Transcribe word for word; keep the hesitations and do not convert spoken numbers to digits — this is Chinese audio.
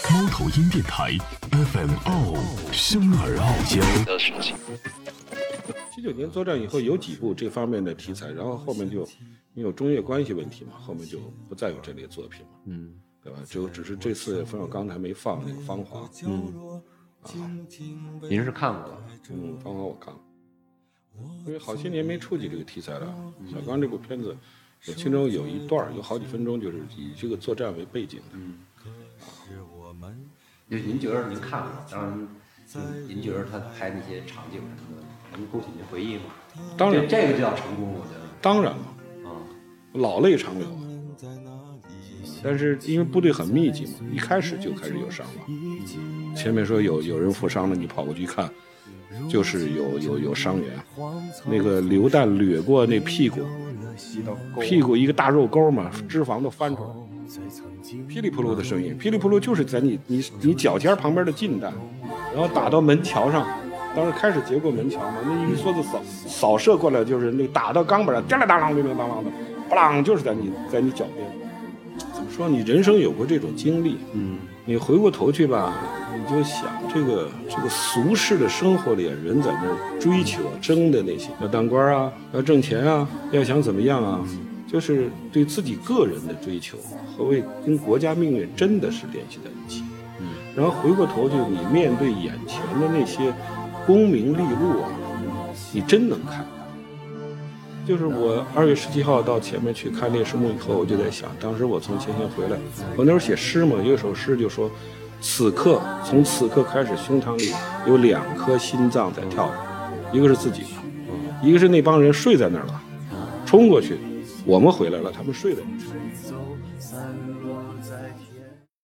猫头鹰电台 F M 傲生而傲娇的事情。 七九年作战以后有几部这方面的题材，然后后面就因为有中越关系问题嘛，后面就不再有这类作品了，嗯，对吧？就只是这次冯小刚才没放那个《芳华》， 嗯，啊，您是看过的？ 嗯，《芳华》我看了，因为好些年没触及这个题材了。小刚这部片子，其中有一段有好几分钟就是以这个作战为背景的，嗯。 您您觉得您看过？当然，您觉得他拍那些场景什么的，能勾起您回忆吗？ 当然， 这个就叫成功，我觉得。 当然了，啊，老泪常流。但是因为部队很密集嘛，一开始就开始有伤亡。前面说有有人负伤了，你跑过去一看，就是有有有伤员，那个榴弹掠过那屁股，屁股一个大肉沟嘛，脂肪都翻出来。噼里扑噜的声音，噼里扑噜就是在你你你脚尖旁边的近弹，然后打到门桥上，当时开始截过门桥嘛，那一个梭子扫扫射过来，就是那打到钢板上，叮啦当啷叮铃当啷的，不啷就是在你在你脚边。怎么说？你人生有过这种经历，嗯，你回过头去吧，你就想这个这个俗世的生活里，人在那追求争的那些，要当官啊，要挣钱啊，要想怎么样啊。就是对自己个人的追求和为跟国家命运真的是联系在一起，嗯，然后回过头就你面对眼前的那些功名利禄啊，你真能看到。就是我二月十七号到前面去看烈士墓以后，我就在想，当时我从前线回来，我那时候写诗嘛，有一首诗就说，此刻从此刻开始，胸膛里有两颗心脏在跳着，一个是自己的，一个是那帮人睡在那儿了，冲过去。我们回来了，他们睡了。